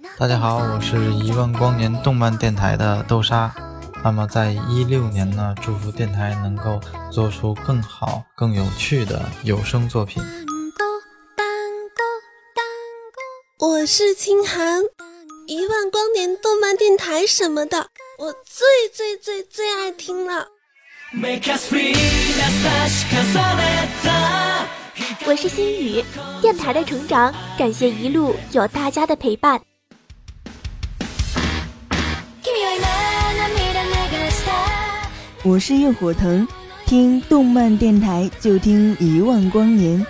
大家好，我是1万光年动漫电台的豆沙。那么在16年呢，祝福电台能够做出更好更有趣的有声作品。 我是清寒，1万光年动漫电台什么的我最爱听了。 我是心雨，电台的成长感谢一路有大家的陪伴。 我是焰火腾，听动漫电台就听1万光年。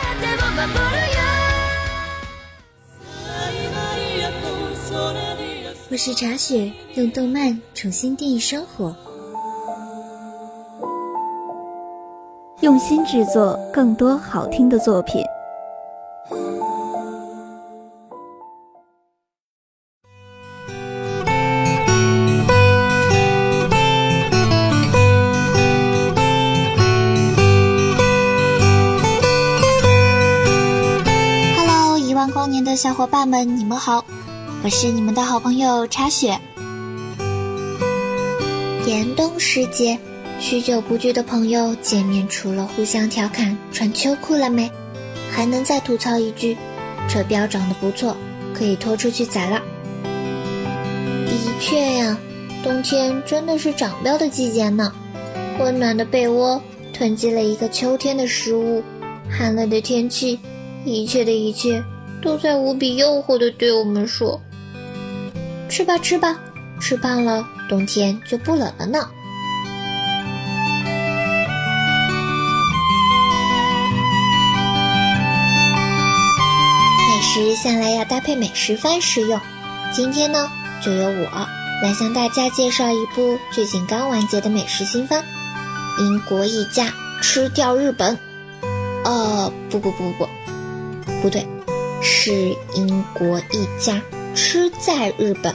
我是茶雪，用动漫重新定义生活， 用心制作更多好听的作品。 Hello， 1万光年的小伙伴们，你们好，我是你们的好朋友茶雪。严冬时节，许久不聚的朋友见面，除了互相调侃穿秋裤了没，还能再吐槽一句，这膘长得不错，可以拖出去宰了。的确呀，冬天真的是长膘的季节呢。温暖的被窝囤积了一个秋天的食物，寒冷的天气，一切的一切都在无比诱惑地对我们说，吃吧吃吧，吃胖了冬天就不冷了呢。美食向来要搭配美食番食用，今天呢就由我来向大家介绍一部最近刚完结的美食新番，英国一家吃掉日本。不对，是英国一家吃在日本。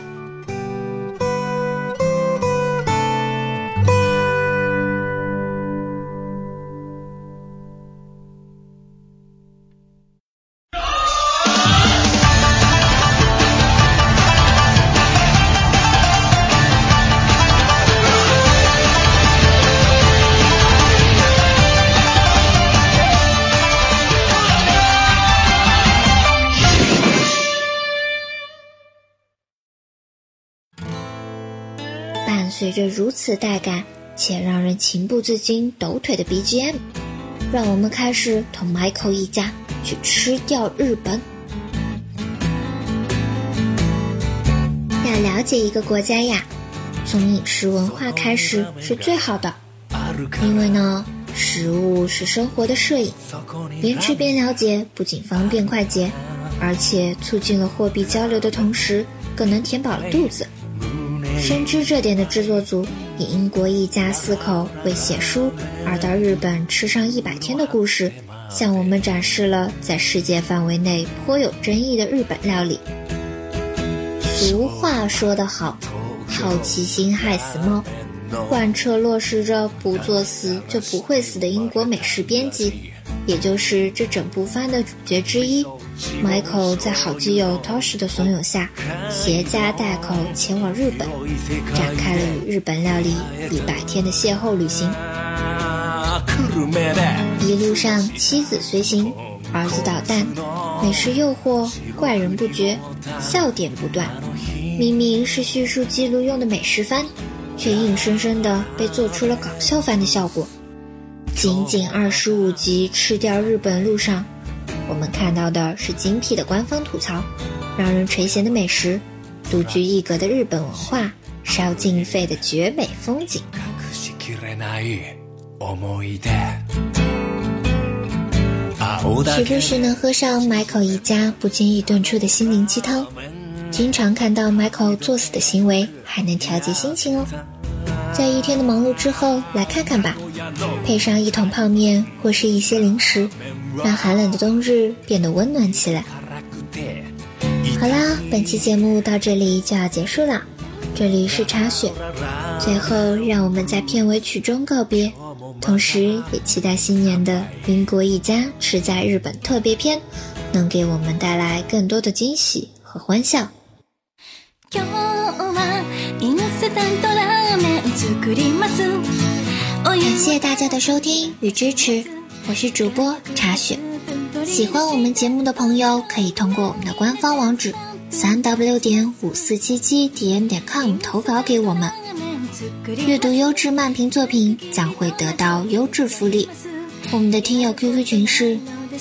伴随着如此带感且让人情不自禁抖腿的 BGM， 让我们开始同 Michael 一家去吃掉日本。要了解一个国家呀，从饮食文化开始是最好的，因为呢，食物是生活的摄影，边吃边了解不仅方便快捷，而且促进了货币交流的同时，更能填饱了肚子。深知这点的制作组以英国一家4口为写书而到日本吃上100天的故事，向我们展示了在世界范围内颇有争议的日本料理。俗话说得好，好奇心害死猫，贯彻落实着不作死就不会死的英国美食编辑，也就是这整部番的主角之一Michael 在好基友 Tosh 的怂恿下，携家带口前往日本，展开了与日本料理100天的邂逅旅行。一路上妻子随行，儿子捣蛋，美食诱惑，怪人不绝，笑点不断。明明是叙述记录用的美食番，却硬生生地被做出了搞笑番的效果。仅仅25集吃掉日本路上，我们看到的是精辟的官方吐槽，让人垂涎的美食，独具一格的日本文化，烧尽肺的绝美风景。时不时能喝上 Michael 一家不经意炖出的心灵鸡汤，经常看到 Michael 作死的行为，还能调节心情哦。在一天的忙碌之后，来看看吧，配上一桶泡面或是一些零食，让寒冷的冬日变得温暖起来。好啦，本期节目到这里就要结束了，这里是茶雪，最后让我们在片尾曲中告别，同时也期待新年的英国一家吃在日本特别篇能给我们带来更多的惊喜和欢笑。 感谢大家的收听与支持，我是主播茶雪。喜欢我们节目的朋友可以通过我们的官方网址3w.5477dm.com 投稿给我们，阅读优质漫评作品将会得到优质福利。我们的听友 QQ 群是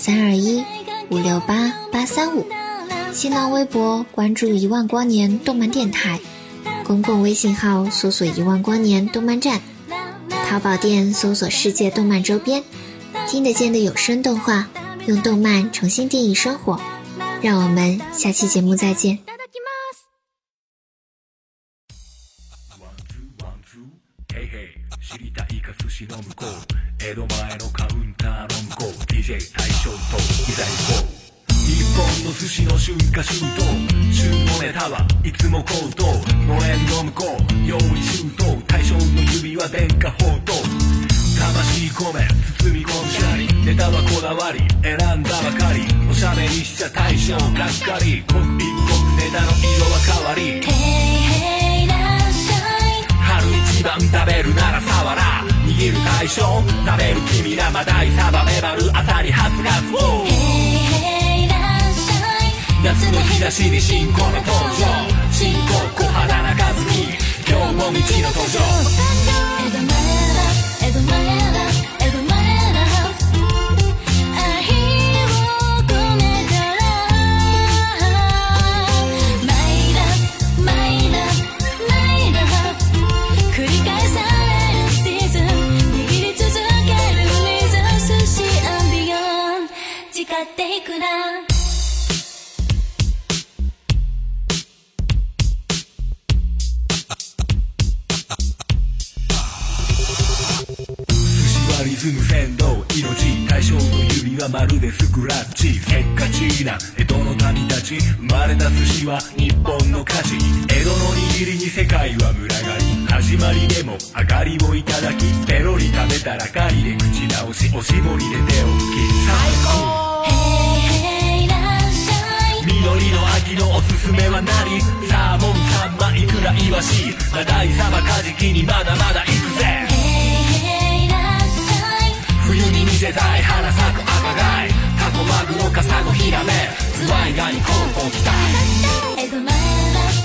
321-568-835，新浪微博关注一万光年动漫电台，公共微信号搜索一万光年动漫站，淘宝店搜索世界動漫周边，听得见的有声动画，用动漫重新定义生活。让我们下期节目再见。知りたいか寿司の向こう江戸前のカウンターの向こう DJ 大将といざ行こう日本の寿司の春夏秋冬旬のネタはいつも高騰のれんの向こう用意周到大将の指は電化砲塔魂込め包み込むシャリネタはこだわり選んだばかりおしゃべりしちゃ大将がっかり刻一刻ネタの色は変わり春一番食べるならサワラ握る大将食べる君らマダイサバメバルアサリ初ガツオ夏の日差しに新婚の登場新婚小肌なかずき今日も道の登場江戸前だ江戸前だ江戸前だ愛を込めたらマイラマイラマイラ繰り返されるシーズン握り続ける水寿司アンビヨン誓っていくなリズム先導命大将の指はまるでスクラッチせっかちな江戸の民たち生まれた寿司は日本の価値江戸の握りに世界は群がり始まりでも上がりをいただきペロリ食べたらガリで口直しおしぼりで手を拭き最高へいらっしゃい緑の秋のおすすめは何サーモンサンマイクライワシマダイサバカジキにまだまだ行くぜ冬に見せたい花咲く赤貝タコマグロカサゴヒラメズワイガニコンポン期待江戸前だ